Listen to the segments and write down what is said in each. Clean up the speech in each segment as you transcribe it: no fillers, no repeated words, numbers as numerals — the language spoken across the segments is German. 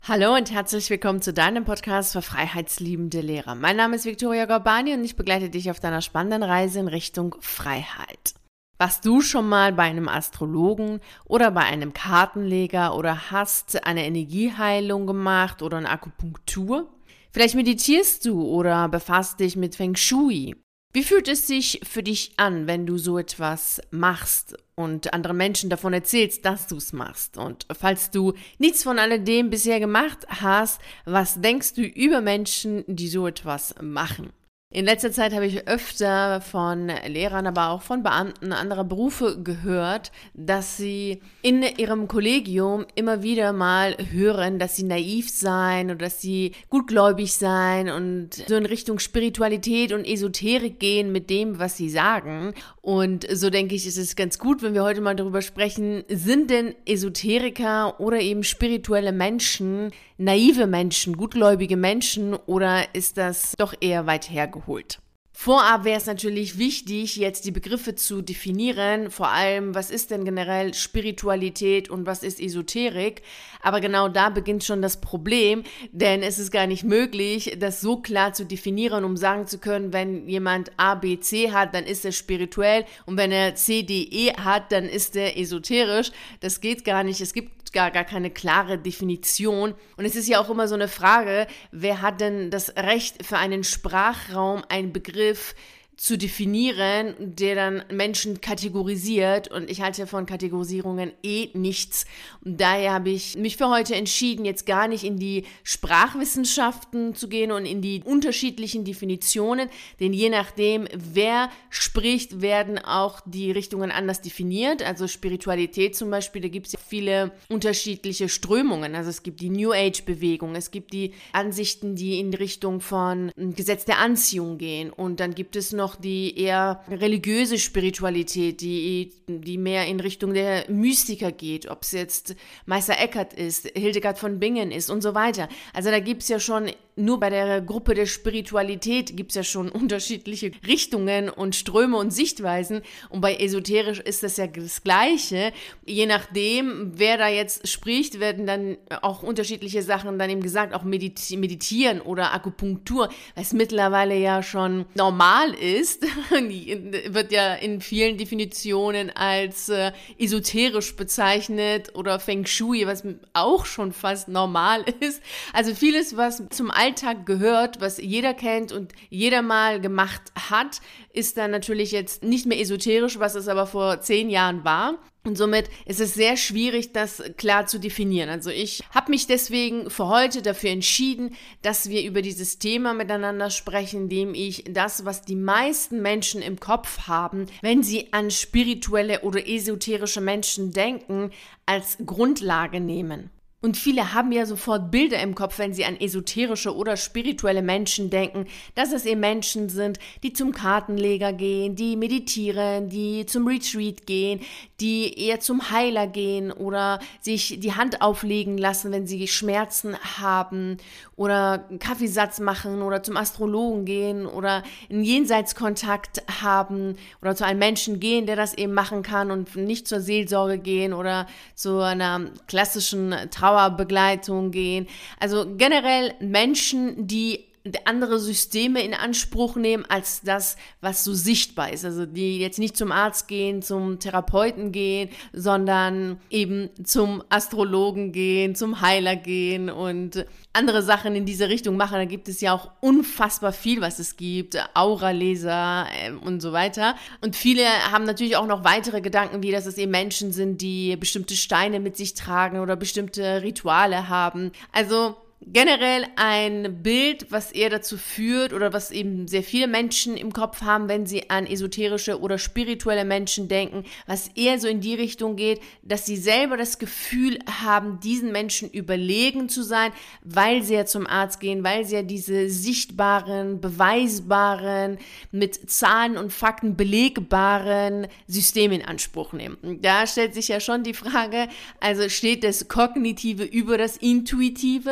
Hallo und herzlich willkommen zu deinem Podcast für freiheitsliebende Lehrer. Mein Name ist Viktoria Gorbani und ich begleite dich auf deiner spannenden Reise in Richtung Freiheit. Warst du schon mal bei einem Astrologen oder bei einem Kartenleger oder hast eine Energieheilung gemacht oder eine Akupunktur? Vielleicht meditierst du oder befasst dich mit Feng Shui. Wie fühlt es sich für dich an, wenn du so etwas machst und anderen Menschen davon erzählst, dass du es machst? Und falls du nichts von alledem bisher gemacht hast, was denkst du über Menschen, die so etwas machen? In letzter Zeit habe ich öfter von Lehrern, aber auch von Beamten anderer Berufe gehört, dass sie in ihrem Kollegium immer wieder mal hören, dass sie naiv seien oder dass sie gutgläubig seien und so in Richtung Spiritualität und Esoterik gehen mit dem, was sie sagen. Und so denke ich, ist es ganz gut, wenn wir heute mal darüber sprechen, sind denn Esoteriker oder eben spirituelle Menschen naive Menschen, gutgläubige Menschen oder ist das doch eher weit hergeholt? Vorab wäre es natürlich wichtig, jetzt die Begriffe zu definieren, vor allem, was ist denn generell Spiritualität und was ist Esoterik, aber genau da beginnt schon das Problem, denn es ist gar nicht möglich, das so klar zu definieren, um sagen zu können, wenn jemand A, B, C hat, dann ist er spirituell und wenn er C, D, E hat, dann ist er esoterisch. Das geht gar nicht, es gibt gar keine klare Definition und es ist ja auch immer so eine Frage, wer hat denn das Recht für einen Sprachraum, einen Begriff zu definieren, der dann Menschen kategorisiert und ich halte von Kategorisierungen nichts. Und daher habe ich mich für heute entschieden, jetzt gar nicht in die Sprachwissenschaften zu gehen und in die unterschiedlichen Definitionen, denn je nachdem, wer spricht, werden auch die Richtungen anders definiert. Also Spiritualität zum Beispiel, da gibt es ja viele unterschiedliche Strömungen. Also es gibt die New Age-Bewegung, es gibt die Ansichten, die in Richtung von Gesetz der Anziehung gehen und dann gibt es noch die eher religiöse Spiritualität, die mehr in Richtung der Mystiker geht, ob es jetzt Meister Eckhart ist, Hildegard von Bingen ist und so weiter. Also da gibt es ja schon, nur bei der Gruppe der Spiritualität gibt es ja schon unterschiedliche Richtungen und Ströme und Sichtweisen und bei esoterisch ist das ja das Gleiche. Je nachdem, wer da jetzt spricht, werden dann auch unterschiedliche Sachen dann eben gesagt, auch meditieren oder Akupunktur, weil es mittlerweile ja schon normal ist, wird ja in vielen Definitionen als esoterisch bezeichnet oder Feng Shui, was auch schon fast normal ist. Also vieles, was zum Alltag gehört, was jeder kennt und jeder mal gemacht hat, ist dann natürlich jetzt nicht mehr esoterisch, was es aber vor 10 Jahren war. Und somit ist es sehr schwierig, das klar zu definieren. Also ich habe mich deswegen für heute dafür entschieden, dass wir über dieses Thema miteinander sprechen, indem ich das, was die meisten Menschen im Kopf haben, wenn sie an spirituelle oder esoterische Menschen denken, als Grundlage nehmen. Und viele haben ja sofort Bilder im Kopf, wenn sie an esoterische oder spirituelle Menschen denken, dass es eben Menschen sind, die zum Kartenleger gehen, die meditieren, die zum Retreat gehen, die eher zum Heiler gehen oder sich die Hand auflegen lassen, wenn sie Schmerzen haben oder einen Kaffeesatz machen oder zum Astrologen gehen oder einen Jenseitskontakt haben oder zu einem Menschen gehen, der das eben machen kann und nicht zur Seelsorge gehen oder zu einer klassischen Trauerbegleitung gehen. Also generell Menschen, die andere Systeme in Anspruch nehmen als das, was so sichtbar ist. Also die jetzt nicht zum Arzt gehen, zum Therapeuten gehen, sondern eben zum Astrologen gehen, zum Heiler gehen und andere Sachen in diese Richtung machen. Da gibt es ja auch unfassbar viel, was es gibt, Auraleser und so weiter. Und viele haben natürlich auch noch weitere Gedanken, wie dass es eben Menschen sind, die bestimmte Steine mit sich tragen oder bestimmte Rituale haben. Also generell ein Bild, was eher dazu führt oder was eben sehr viele Menschen im Kopf haben, wenn sie an esoterische oder spirituelle Menschen denken, was eher so in die Richtung geht, dass sie selber das Gefühl haben, diesen Menschen überlegen zu sein, weil sie ja zum Arzt gehen, weil sie ja diese sichtbaren, beweisbaren, mit Zahlen und Fakten belegbaren Systeme in Anspruch nehmen. Und da stellt sich ja schon die Frage, also steht das Kognitive über das Intuitive?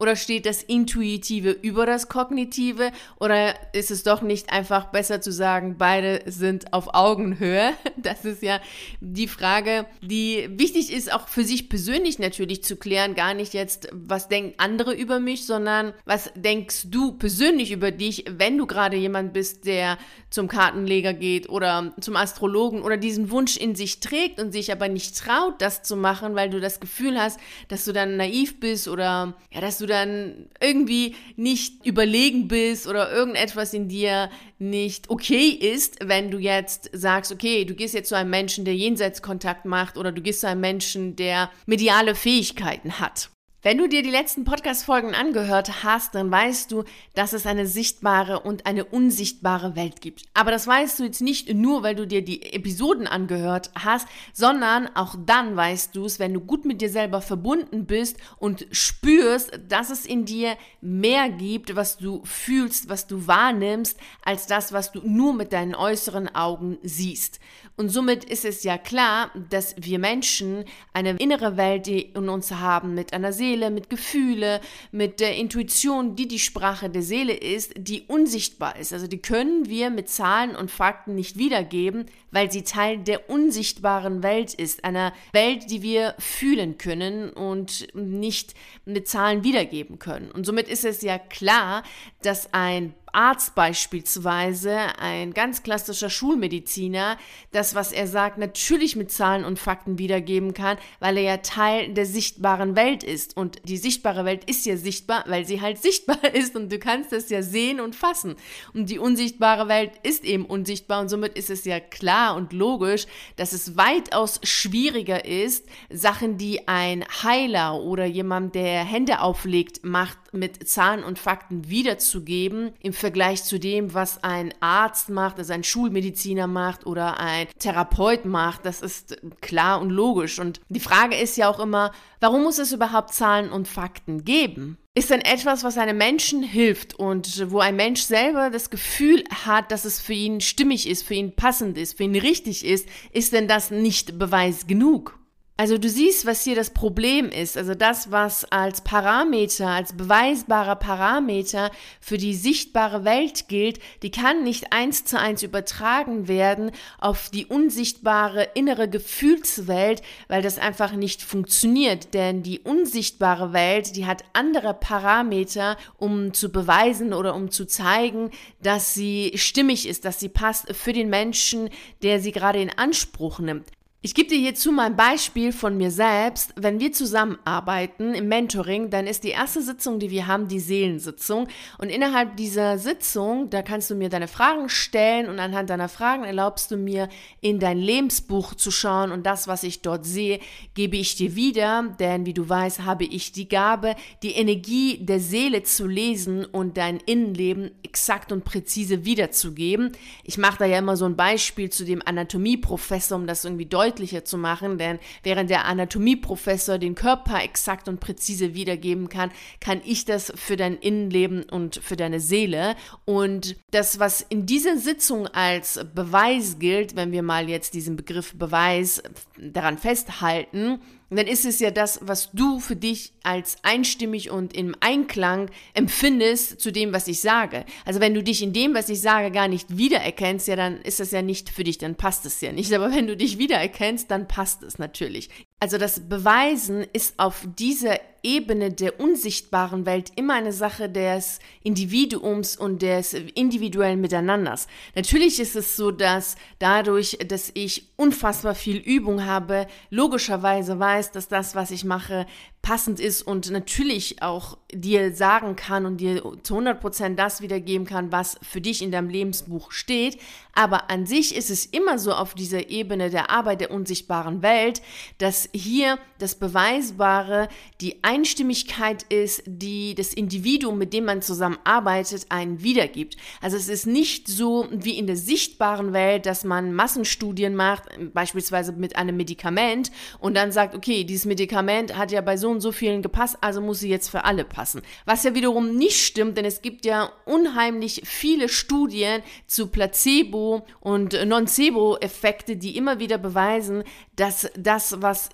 Oder steht das Intuitive über das Kognitive? Oder ist es doch nicht einfach besser zu sagen, beide sind auf Augenhöhe? Das ist ja die Frage, die wichtig ist, auch für sich persönlich natürlich zu klären. Gar nicht jetzt, was denken andere über mich, sondern was denkst du persönlich über dich, wenn du gerade jemand bist, der zum Kartenleger geht oder zum Astrologen oder diesen Wunsch in sich trägt und sich aber nicht traut, das zu machen, weil du das Gefühl hast, dass du dann naiv bist oder ja, dass du dann irgendwie nicht überlegen bist oder irgendetwas in dir nicht okay ist, wenn du jetzt sagst, okay, du gehst jetzt zu einem Menschen, der Jenseitskontakt macht oder du gehst zu einem Menschen, der mediale Fähigkeiten hat. Wenn du dir die letzten Podcast-Folgen angehört hast, dann weißt du, dass es eine sichtbare und eine unsichtbare Welt gibt. Aber das weißt du jetzt nicht nur, weil du dir die Episoden angehört hast, sondern auch dann weißt du es, wenn du gut mit dir selber verbunden bist und spürst, dass es in dir mehr gibt, was du fühlst, was du wahrnimmst, als das, was du nur mit deinen äußeren Augen siehst. Und somit ist es ja klar, dass wir Menschen eine innere Welt in uns haben, mit einer Seele, mit Gefühle, mit der Intuition, die Sprache der Seele ist, die unsichtbar ist. Also die können wir mit Zahlen und Fakten nicht wiedergeben, weil sie Teil der unsichtbaren Welt ist. Einer Welt, die wir fühlen können und nicht mit Zahlen wiedergeben können. Und somit ist es ja klar, dass ein Arzt beispielsweise, ein ganz klassischer Schulmediziner, das, was er sagt, natürlich mit Zahlen und Fakten wiedergeben kann, weil er ja Teil der sichtbaren Welt ist. Und die sichtbare Welt ist ja sichtbar, weil sie halt sichtbar ist und du kannst es ja sehen und fassen. Und die unsichtbare Welt ist eben unsichtbar und somit ist es ja klar und logisch, dass es weitaus schwieriger ist, Sachen, die ein Heiler oder jemand, der Hände auflegt, macht, mit Zahlen und Fakten wiederzugeben, im Vergleich zu dem, was ein Arzt macht, also ein Schulmediziner macht oder ein Therapeut macht. Das ist klar und logisch. Und die Frage ist ja auch immer, warum muss es überhaupt Zahlen und Fakten geben? Ist denn etwas, was einem Menschen hilft und wo ein Mensch selber das Gefühl hat, dass es für ihn stimmig ist, für ihn passend ist, für ihn richtig ist denn das nicht Beweis genug? Also du siehst, was hier das Problem ist. Also das, was als Parameter, als beweisbarer Parameter für die sichtbare Welt gilt, die kann nicht 1:1 übertragen werden auf die unsichtbare innere Gefühlswelt, weil das einfach nicht funktioniert. Denn die unsichtbare Welt, die hat andere Parameter, um zu beweisen oder um zu zeigen, dass sie stimmig ist, dass sie passt für den Menschen, der sie gerade in Anspruch nimmt. Ich gebe dir hierzu mal ein Beispiel von mir selbst. Wenn wir zusammenarbeiten im Mentoring, dann ist die erste Sitzung, die wir haben, die Seelensitzung. Und innerhalb dieser Sitzung, da kannst du mir deine Fragen stellen und anhand deiner Fragen erlaubst du mir, in dein Lebensbuch zu schauen. Und das, was ich dort sehe, gebe ich dir wieder. Denn wie du weißt, habe ich die Gabe, die Energie der Seele zu lesen und dein Innenleben exakt und präzise wiederzugeben. Ich mache da ja immer so ein Beispiel zu dem Anatomieprofessor, um das irgendwie deutlicher zu machen, denn während der Anatomieprofessor den Körper exakt und präzise wiedergeben kann, kann ich das für dein Innenleben und für deine Seele. Und das, was in dieser Sitzung als Beweis gilt, wenn wir mal jetzt diesen Begriff Beweis daran festhalten, dann ist es ja das, was du für dich als einstimmig und im Einklang empfindest zu dem, was ich sage. Also wenn du dich in dem, was ich sage, gar nicht wiedererkennst, ja, dann ist das ja nicht für dich, dann passt es ja nicht. Aber wenn du dich wiedererkennst, dann passt es natürlich. Also das Beweisen ist auf dieser Ebene der unsichtbaren Welt immer eine Sache des Individuums und des individuellen Miteinanders. Natürlich ist es so, dass dadurch, dass ich unfassbar viel Übung habe, logischerweise weiß, dass das, was ich mache, passend ist und natürlich auch dir sagen kann und dir zu 100% das wiedergeben kann, was für dich in deinem Lebensbuch steht. Aber an sich ist es immer so auf dieser Ebene der Arbeit der unsichtbaren Welt, dass hier das Beweisbare die Einstimmigkeit ist, die das Individuum, mit dem man zusammenarbeitet, einen wiedergibt. Also es ist nicht so wie in der sichtbaren Welt, dass man Massenstudien macht, beispielsweise mit einem Medikament und dann sagt, okay, dieses Medikament hat ja bei so und so vielen gepasst, also muss sie jetzt für alle passen. Was ja wiederum nicht stimmt, denn es gibt ja unheimlich viele Studien zu Placebo- und Nocebo-Effekte, die immer wieder beweisen, dass das, was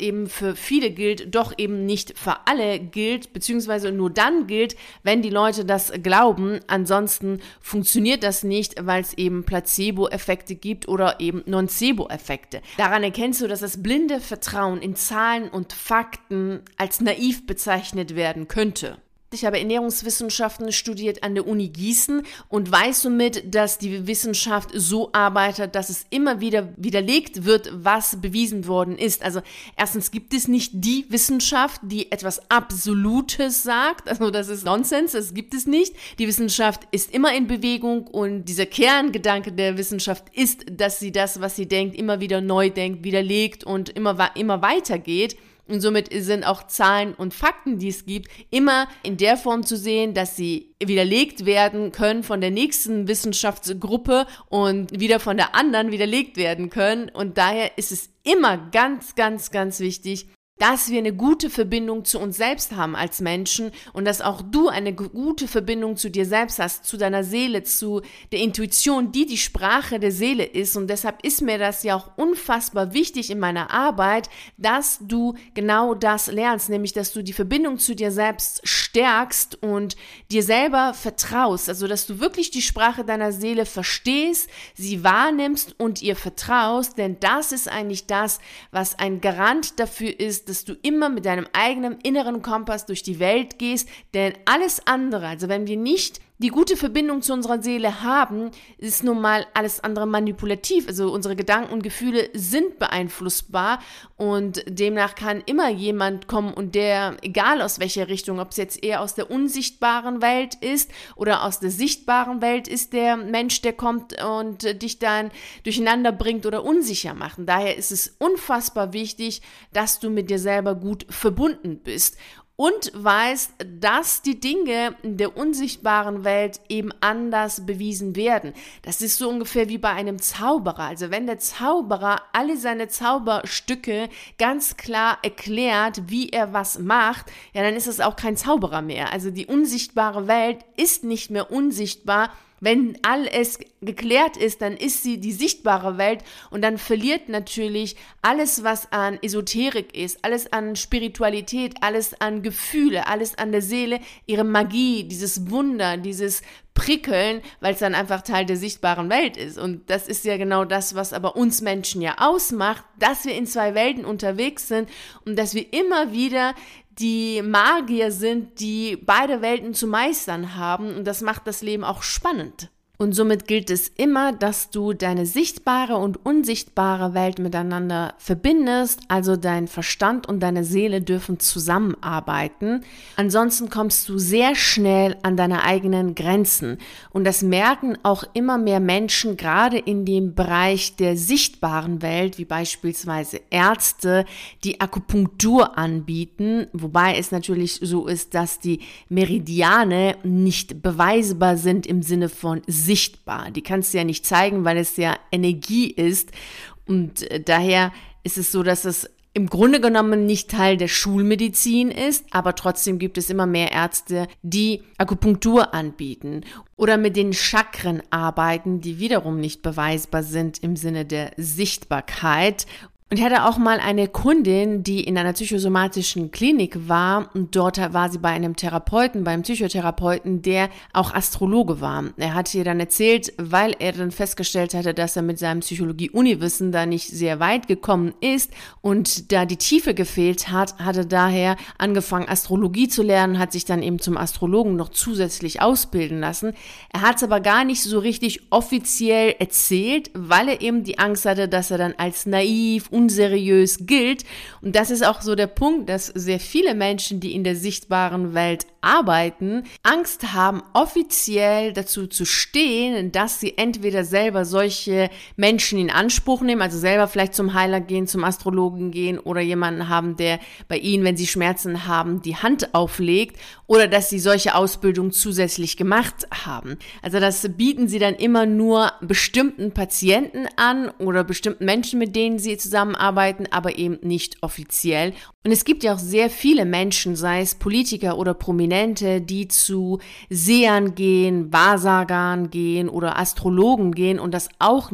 eben für viele gilt, doch eben nicht für alle gilt, beziehungsweise nur dann gilt, wenn die Leute das glauben. Ansonsten funktioniert das nicht, weil es eben Placebo-Effekte gibt oder eben Nocebo-Effekte. Daran erkennst du, dass das blinde Vertrauen in Zahlen und Fakten als naiv bezeichnet werden könnte. Ich habe Ernährungswissenschaften studiert an der Uni Gießen und weiß somit, dass die Wissenschaft so arbeitet, dass es immer wieder widerlegt wird, was bewiesen worden ist. Also erstens gibt es nicht die Wissenschaft, die etwas Absolutes sagt. Also das ist Nonsens, das gibt es nicht. Die Wissenschaft ist immer in Bewegung und dieser Kerngedanke der Wissenschaft ist, dass sie das, was sie denkt, immer wieder neu denkt, widerlegt und immer weitergeht. Und somit sind auch Zahlen und Fakten, die es gibt, immer in der Form zu sehen, dass sie widerlegt werden können von der nächsten Wissenschaftsgruppe und wieder von der anderen widerlegt werden können. Und daher ist es immer ganz, ganz, ganz wichtig, dass wir eine gute Verbindung zu uns selbst haben als Menschen und dass auch du eine gute Verbindung zu dir selbst hast, zu deiner Seele, zu der Intuition, die Sprache der Seele ist. Und deshalb ist mir das ja auch unfassbar wichtig in meiner Arbeit, dass du genau das lernst, nämlich dass du die Verbindung zu dir selbst stärkst und dir selber vertraust, also dass du wirklich die Sprache deiner Seele verstehst, sie wahrnimmst und ihr vertraust, denn das ist eigentlich das, was ein Garant dafür ist, dass du immer mit deinem eigenen inneren Kompass durch die Welt gehst, denn alles andere, also wenn wir nicht die gute Verbindung zu unserer Seele haben, ist nun mal alles andere manipulativ. Also unsere Gedanken und Gefühle sind beeinflussbar und demnach kann immer jemand kommen und der, egal aus welcher Richtung, ob es jetzt eher aus der unsichtbaren Welt ist oder aus der sichtbaren Welt ist, der Mensch, der kommt und dich dann durcheinander bringt oder unsicher macht. Und daher ist es unfassbar wichtig, dass du mit dir selber gut verbunden bist. Und weißt, dass die Dinge in der unsichtbaren Welt eben anders bewiesen werden. Das ist so ungefähr wie bei einem Zauberer. Also wenn der Zauberer alle seine Zauberstücke ganz klar erklärt, wie er was macht, ja, dann ist es auch kein Zauberer mehr. Also die unsichtbare Welt ist nicht mehr unsichtbar. Wenn alles geklärt ist, dann ist sie die sichtbare Welt und dann verliert natürlich alles, was an Esoterik ist, alles an Spiritualität, alles an Gefühle, alles an der Seele, ihre Magie, dieses Wunder, dieses Prickeln, weil es dann einfach Teil der sichtbaren Welt ist. Und das ist ja genau das, was aber uns Menschen ja ausmacht, dass wir in zwei Welten unterwegs sind und dass wir immer wieder die Magier sind, die beide Welten zu meistern haben und das macht das Leben auch spannend. Und somit gilt es immer, dass du deine sichtbare und unsichtbare Welt miteinander verbindest, also dein Verstand und deine Seele dürfen zusammenarbeiten. Ansonsten kommst du sehr schnell an deine eigenen Grenzen. Und das merken auch immer mehr Menschen, gerade in dem Bereich der sichtbaren Welt, wie beispielsweise Ärzte, die Akupunktur anbieten, wobei es natürlich so ist, dass die Meridiane nicht beweisbar sind im Sinne von sichtbar. Die kannst du ja nicht zeigen, weil es ja Energie ist und daher ist es so, dass es im Grunde genommen nicht Teil der Schulmedizin ist, aber trotzdem gibt es immer mehr Ärzte, die Akupunktur anbieten oder mit den Chakren arbeiten, die wiederum nicht beweisbar sind im Sinne der Sichtbarkeit. Und ich hatte auch mal eine Kundin, die in einer psychosomatischen Klinik war und dort war sie bei einem Therapeuten, beim Psychotherapeuten, der auch Astrologe war. Er hatte ihr dann erzählt, weil er dann festgestellt hatte, dass er mit seinem Psychologie-Uniwissen da nicht sehr weit gekommen ist und da die Tiefe gefehlt hat, hat er daher angefangen, Astrologie zu lernen, hat sich dann eben zum Astrologen noch zusätzlich ausbilden lassen. Er hat es aber gar nicht so richtig offiziell erzählt, weil er eben die Angst hatte, dass er dann als naiv, unseriös gilt. Und das ist auch so der Punkt, dass sehr viele Menschen, die in der sichtbaren Welt arbeiten, Angst haben, offiziell dazu zu stehen, dass sie entweder selber solche Menschen in Anspruch nehmen, also selber vielleicht zum Heiler gehen, zum Astrologen gehen oder jemanden haben, der bei ihnen, wenn sie Schmerzen haben, die Hand auflegt oder dass sie solche Ausbildung zusätzlich gemacht haben. Also das bieten sie dann immer nur bestimmten Patienten an oder bestimmten Menschen, mit denen sie zusammenarbeiten, aber eben nicht offiziell. Und es gibt ja auch sehr viele Menschen, sei es Politiker oder Prominente, die zu Sehern gehen, Wahrsagern gehen oder Astrologen gehen und das auch nicht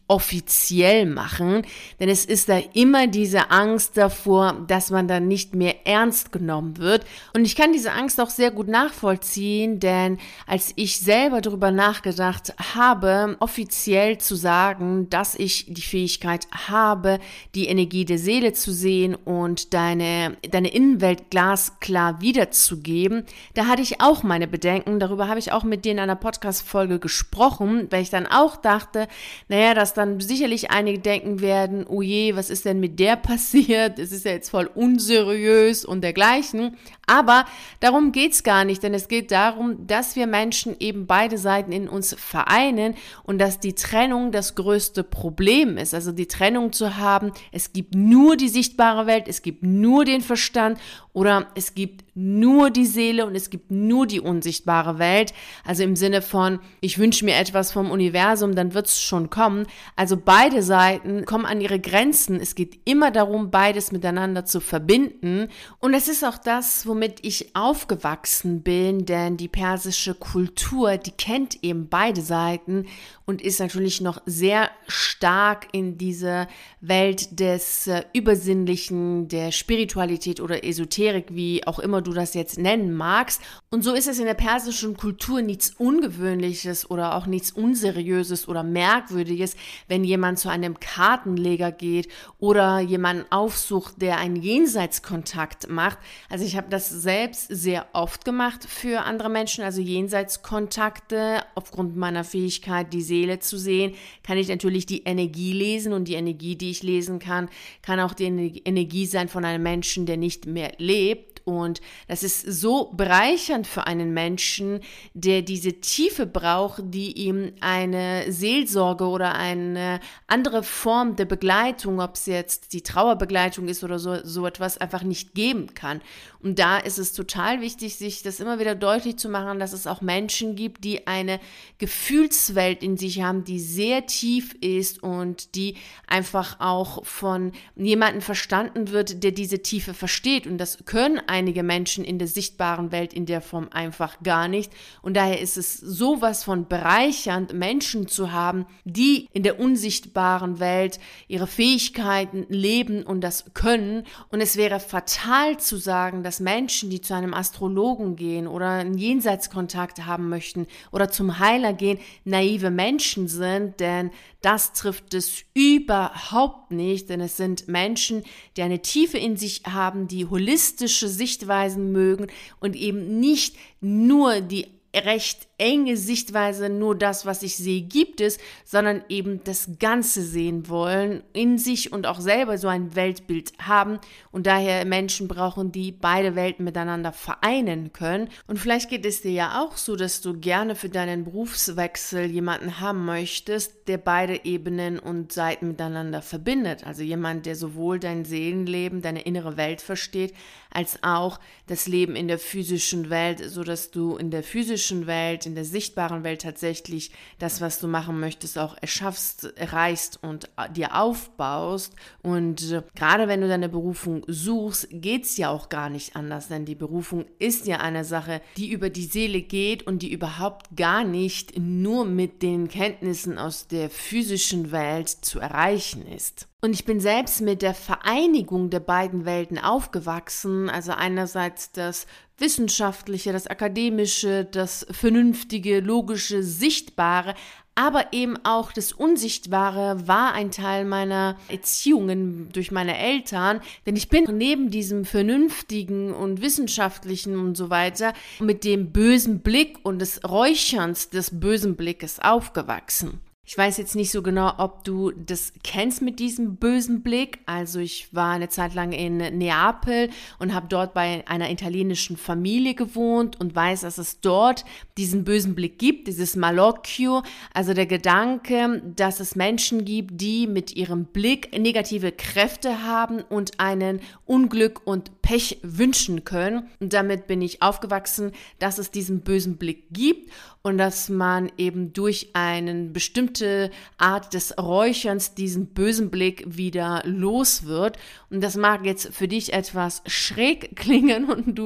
offiziell machen, denn es ist da immer diese Angst davor, dass man dann nicht mehr ernst genommen wird. Und ich kann diese Angst auch sehr gut nachvollziehen, denn als ich selber darüber nachgedacht habe, offiziell zu sagen, dass ich die Fähigkeit habe, die Energie der Seele zu sehen und deine Innenwelt glasklar wiederzugeben, da hatte ich auch meine Bedenken. Darüber habe ich auch mit dir in einer Podcast-Folge gesprochen, weil ich dann auch dachte, naja, dass dann sicherlich einige denken werden, oh je, was ist denn mit der passiert? Es ist ja jetzt voll unseriös und dergleichen. Aber darum geht's gar nicht, denn es geht darum, dass wir Menschen eben beide Seiten in uns vereinen und dass die Trennung das größte Problem ist. Also die Trennung zu haben, es gibt nur die sichtbare Welt, es gibt nur den Verstand oder es gibt nur die Seele und es gibt nur die unsichtbare Welt. Also im Sinne von, ich wünsche mir etwas vom Universum, dann wird's schon kommen. Also beide Seiten kommen an ihre Grenzen. Es geht immer darum, beides miteinander zu verbinden. Und es ist auch das, womit ich aufgewachsen bin, denn die persische Kultur, die kennt eben beide Seiten und ist natürlich noch sehr stark in diese Welt des Übersinnlichen, der Spiritualität oder Esoterik, wie auch immer du das jetzt nennen magst. Und so ist es in der persischen Kultur nichts Ungewöhnliches oder auch nichts Unseriöses oder Merkwürdiges, wenn jemand zu einem Kartenleger geht oder jemanden aufsucht, der einen Jenseitskontakt macht. Also ich habe das selbst sehr oft gemacht für andere Menschen, also Jenseitskontakte. Aufgrund meiner Fähigkeit, die Seele zu sehen, kann ich natürlich die Energie lesen und die Energie, die ich lesen kann auch die Energie sein von einem Menschen, der nicht mehr lebt. Und das ist so bereichernd für einen Menschen, der diese Tiefe braucht, die ihm eine Seelsorge oder eine andere Form der Begleitung, ob es jetzt die Trauerbegleitung ist oder so etwas, einfach nicht geben kann. Und da ist es total wichtig, sich das immer wieder deutlich zu machen, dass es auch Menschen gibt, die eine Gefühlswelt in sich haben, die sehr tief ist und die einfach auch von jemandem verstanden wird, der diese Tiefe versteht. Und das können einige Menschen in der sichtbaren Welt in der Form einfach gar nicht. Und daher ist es sowas von bereichernd, Menschen zu haben, die in der unsichtbaren Welt ihre Fähigkeiten leben und das können. Und es wäre fatal zu sagen, dass Menschen, die zu einem Astrologen gehen oder einen Jenseitskontakt haben möchten oder zum Heiler gehen, naive Menschen sind, denn das trifft es überhaupt nicht, denn es sind Menschen, die eine Tiefe in sich haben, die holistische Sichtweisen mögen und eben nicht nur die recht enge Sichtweise, nur das, was ich sehe, gibt es, sondern eben das Ganze sehen wollen, in sich und auch selber so ein Weltbild haben und daher Menschen brauchen, die beide Welten miteinander vereinen können. Und vielleicht geht es dir ja auch so, dass du gerne für deinen Berufswechsel jemanden haben möchtest, der beide Ebenen und Seiten miteinander verbindet. Also jemand, der sowohl dein Seelenleben, deine innere Welt versteht, als auch das Leben in der physischen Welt, sodass du in der physischen Welt, in der sichtbaren Welt tatsächlich das, was du machen möchtest, auch erschaffst, erreichst und dir aufbaust. Und gerade wenn du deine Berufung suchst, geht's ja auch gar nicht anders, denn die Berufung ist ja eine Sache, die über die Seele geht und die überhaupt gar nicht nur mit den Kenntnissen aus der physischen Welt zu erreichen ist. Und ich bin selbst mit der Vereinigung der beiden Welten aufgewachsen, also einerseits das Wissenschaftliche, das Akademische, das Vernünftige, Logische, Sichtbare, aber eben auch das Unsichtbare war ein Teil meiner Erziehungen durch meine Eltern, denn ich bin neben diesem Vernünftigen und Wissenschaftlichen und so weiter mit dem bösen Blick und des Räucherns des bösen Blickes aufgewachsen. Ich weiß jetzt nicht so genau, ob du das kennst mit diesem bösen Blick. Also ich war eine Zeit lang in Neapel und habe dort bei einer italienischen Familie gewohnt und weiß, dass es dort diesen bösen Blick gibt, dieses Malocchio, also der Gedanke, dass es Menschen gibt, die mit ihrem Blick negative Kräfte haben und einen Unglück und Pech wünschen können. Und damit bin ich aufgewachsen, dass es diesen bösen Blick gibt und dass man eben durch eine bestimmte Art des Räucherns diesen bösen Blick wieder los wird. Und das mag jetzt für dich etwas schräg klingen und du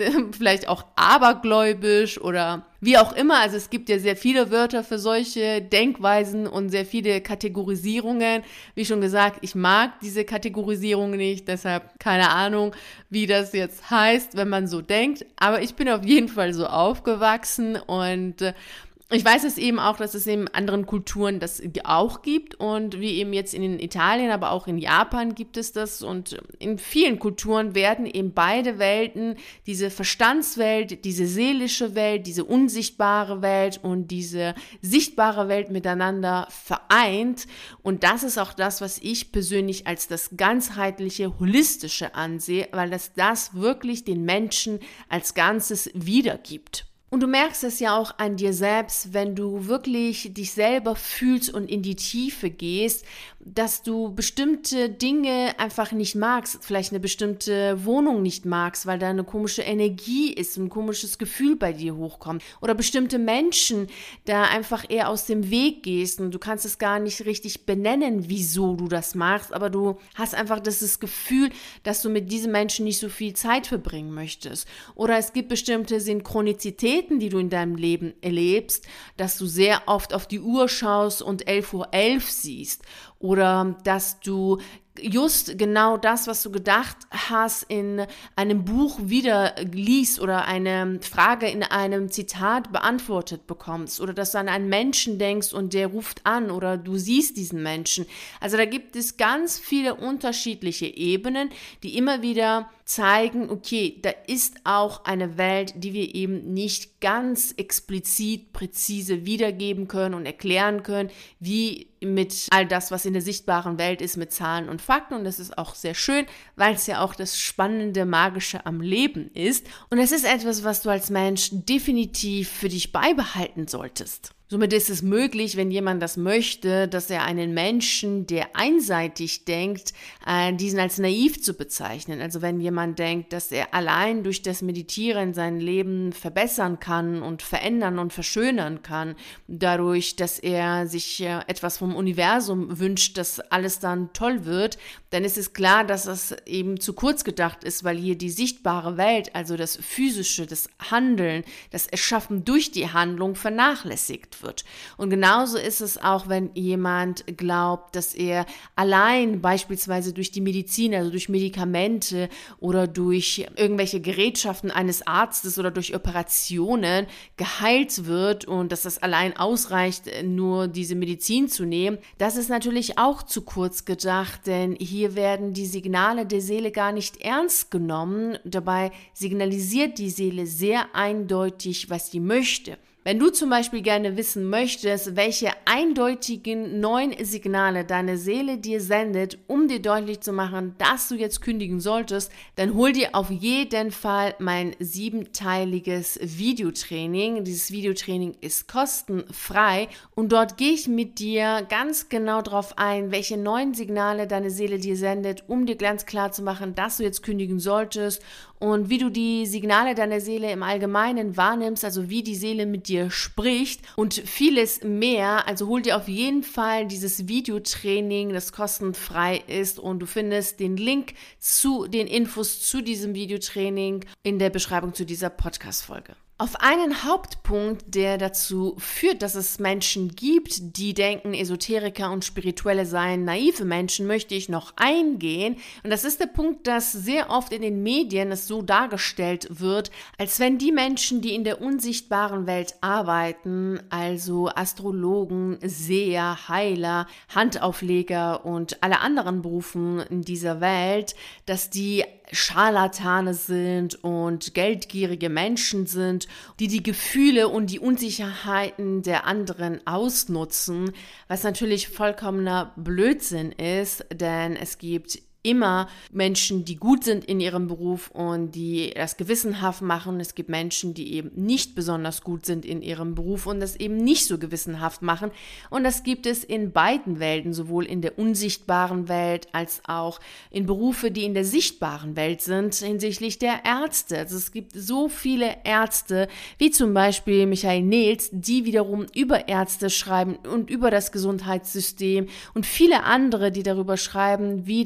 vielleicht auch abergläubisch oder wie auch immer. Also es gibt ja sehr viele Wörter für solche Denkweisen und sehr viele Kategorisierungen. Wie schon gesagt, ich mag diese Kategorisierung nicht, deshalb keine Ahnung, wie das jetzt heißt, wenn man so denkt. Aber ich bin auf jeden Fall so aufgewachsen und ich weiß es eben auch, dass es in anderen Kulturen das auch gibt und wie eben jetzt in Italien, aber auch in Japan gibt es das und in vielen Kulturen werden eben beide Welten, diese Verstandswelt, diese seelische Welt, diese unsichtbare Welt und diese sichtbare Welt miteinander vereint und das ist auch das, was ich persönlich als das ganzheitliche, holistische ansehe, weil das wirklich den Menschen als Ganzes wiedergibt. Und du merkst es ja auch an dir selbst, wenn du wirklich dich selber fühlst und in die Tiefe gehst, dass du bestimmte Dinge einfach nicht magst, vielleicht eine bestimmte Wohnung nicht magst, weil da eine komische Energie ist, ein komisches Gefühl bei dir hochkommt oder bestimmte Menschen da einfach eher aus dem Weg gehst und du kannst es gar nicht richtig benennen, wieso du das machst, aber du hast einfach das Gefühl, dass du mit diesen Menschen nicht so viel Zeit verbringen möchtest. Oder es gibt bestimmte Synchronizitäten, die du in deinem Leben erlebst, dass du sehr oft auf die Uhr schaust und 11:11 Uhr siehst oder dass du just genau das, was du gedacht hast, in einem Buch wieder liest oder eine Frage in einem Zitat beantwortet bekommst oder dass du an einen Menschen denkst und der ruft an oder du siehst diesen Menschen. Also da gibt es ganz viele unterschiedliche Ebenen, die immer wieder zeigen, okay, da ist auch eine Welt, die wir eben nicht ganz explizit, präzise wiedergeben können und erklären können, wie mit all das, was in der sichtbaren Welt ist, mit Zahlen und Fakten. Und das ist auch sehr schön, weil es ja auch das Spannende, Magische am Leben ist. Und es ist etwas, was du als Mensch definitiv für dich beibehalten solltest. Somit ist es möglich, wenn jemand das möchte, dass er einen Menschen, der einseitig denkt, diesen als naiv zu bezeichnen. Also wenn jemand denkt, dass er allein durch das Meditieren sein Leben verbessern kann und verändern und verschönern kann, dadurch, dass er sich etwas vom Universum wünscht, dass alles dann toll wird, dann ist es klar, dass das eben zu kurz gedacht ist, weil hier die sichtbare Welt, also das Physische, das Handeln, das Erschaffen durch die Handlung vernachlässigt wird. Und genauso ist es auch, wenn jemand glaubt, dass er allein beispielsweise durch die Medizin, also durch Medikamente oder durch irgendwelche Gerätschaften eines Arztes oder durch Operationen geheilt wird und dass das allein ausreicht, nur diese Medizin zu nehmen. Das ist natürlich auch zu kurz gedacht, denn hier werden die Signale der Seele gar nicht ernst genommen. Dabei signalisiert die Seele sehr eindeutig, was sie möchte. Wenn du zum Beispiel gerne wissen möchtest, welche eindeutigen neuen Signale deine Seele dir sendet, um dir deutlich zu machen, dass du jetzt kündigen solltest, dann hol dir auf jeden Fall mein 7-teiliges Videotraining. Dieses Videotraining ist kostenfrei und dort gehe ich mit dir ganz genau darauf ein, welche neuen Signale deine Seele dir sendet, um dir ganz klar zu machen, dass du jetzt kündigen solltest und wie du die Signale deiner Seele im Allgemeinen wahrnimmst, also wie die Seele mit dir spricht und vieles mehr. Also hol dir auf jeden Fall dieses Videotraining, das kostenfrei ist und du findest den Link zu den Infos zu diesem Videotraining in der Beschreibung zu dieser Podcast-Folge. Auf einen Hauptpunkt, der dazu führt, dass es Menschen gibt, die denken, Esoteriker und Spirituelle seien naive Menschen, möchte ich noch eingehen. Und das ist der Punkt, dass sehr oft in den Medien es so dargestellt wird, als wenn die Menschen, die in der unsichtbaren Welt arbeiten, also Astrologen, Seher, Heiler, Handaufleger und alle anderen Berufen in dieser Welt, dass die Scharlatane sind und geldgierige Menschen sind, die die Gefühle und die Unsicherheiten der anderen ausnutzen, was natürlich vollkommener Blödsinn ist, denn es gibt immer Menschen, die gut sind in ihrem Beruf und die das gewissenhaft machen. Es gibt Menschen, die eben nicht besonders gut sind in ihrem Beruf und das eben nicht so gewissenhaft machen. Und das gibt es in beiden Welten, sowohl in der unsichtbaren Welt als auch in Berufe, die in der sichtbaren Welt sind, hinsichtlich der Ärzte. Also es gibt so viele Ärzte, wie zum Beispiel Michael Nehls, die wiederum über Ärzte schreiben und über das Gesundheitssystem und viele andere, die darüber schreiben, wie das Gesundheitssystem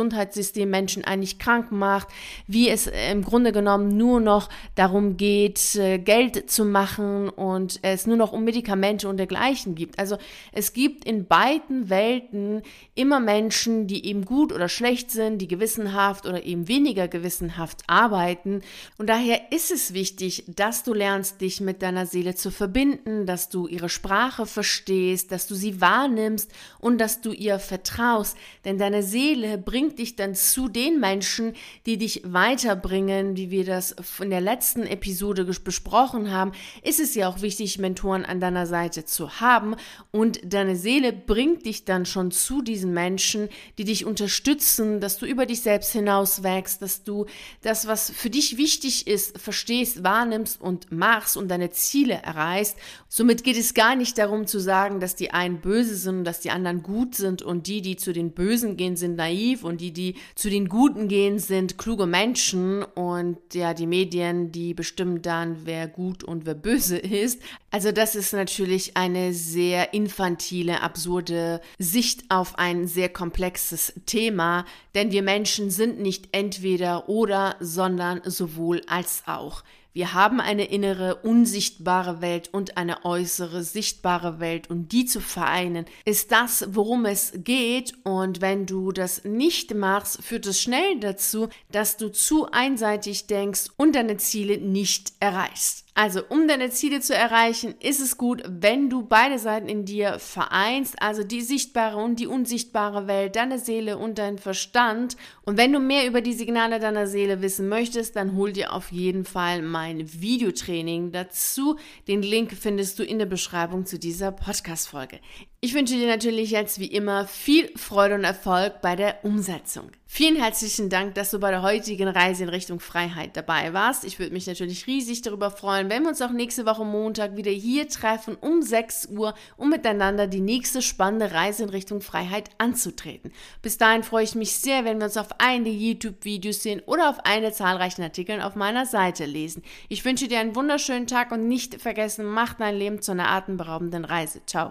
Gesundheitssystem Menschen eigentlich krank macht, wie es im Grunde genommen nur noch darum geht, Geld zu machen und es nur noch um Medikamente und dergleichen gibt. Also es gibt in beiden Welten immer Menschen, die eben gut oder schlecht sind, die gewissenhaft oder eben weniger gewissenhaft arbeiten. Und daher ist es wichtig, dass du lernst, dich mit deiner Seele zu verbinden, dass du ihre Sprache verstehst, dass du sie wahrnimmst und dass du ihr vertraust. Denn deine Seele bringt dich dann zu den Menschen, die dich weiterbringen, wie wir das in der letzten Episode besprochen haben. Ist es ja auch wichtig, Mentoren an deiner Seite zu haben, und deine Seele bringt dich dann schon zu diesen Menschen, die dich unterstützen, dass du über dich selbst hinaus wächst, dass du das, was für dich wichtig ist, verstehst, wahrnimmst und machst und deine Ziele erreichst. Somit geht es gar nicht darum zu sagen, dass die einen böse sind und dass die anderen gut sind und die zu den Bösen gehen, sind naiv und die zu den Guten gehen, sind kluge Menschen, und ja, die Medien, die bestimmen dann, wer gut und wer böse ist. Also das ist natürlich eine sehr infantile, absurde Sicht auf ein sehr komplexes Thema, denn wir Menschen sind nicht entweder oder, sondern sowohl als auch. Wir haben eine innere, unsichtbare Welt und eine äußere, sichtbare Welt, und die zu vereinen, ist das, worum es geht. Und wenn du das nicht machst, führt es schnell dazu, dass du zu einseitig denkst und deine Ziele nicht erreichst. Also, um deine Ziele zu erreichen, ist es gut, wenn du beide Seiten in dir vereinst, also die sichtbare und die unsichtbare Welt, deine Seele und dein Verstand. Und wenn du mehr über die Signale deiner Seele wissen möchtest, dann hol dir auf jeden Fall mein Videotraining dazu. Den Link findest du in der Beschreibung zu dieser Podcast-Folge. Ich wünsche dir natürlich jetzt wie immer viel Freude und Erfolg bei der Umsetzung. Vielen herzlichen Dank, dass du bei der heutigen Reise in Richtung Freiheit dabei warst. Ich würde mich natürlich riesig darüber freuen, wenn wir uns auch nächste Woche Montag wieder hier treffen um 6 Uhr, um miteinander die nächste spannende Reise in Richtung Freiheit anzutreten. Bis dahin freue ich mich sehr, wenn wir uns auf einen der YouTube-Videos sehen oder auf einen der zahlreichen Artikeln auf meiner Seite lesen. Ich wünsche dir einen wunderschönen Tag und nicht vergessen, mach dein Leben zu einer atemberaubenden Reise. Ciao.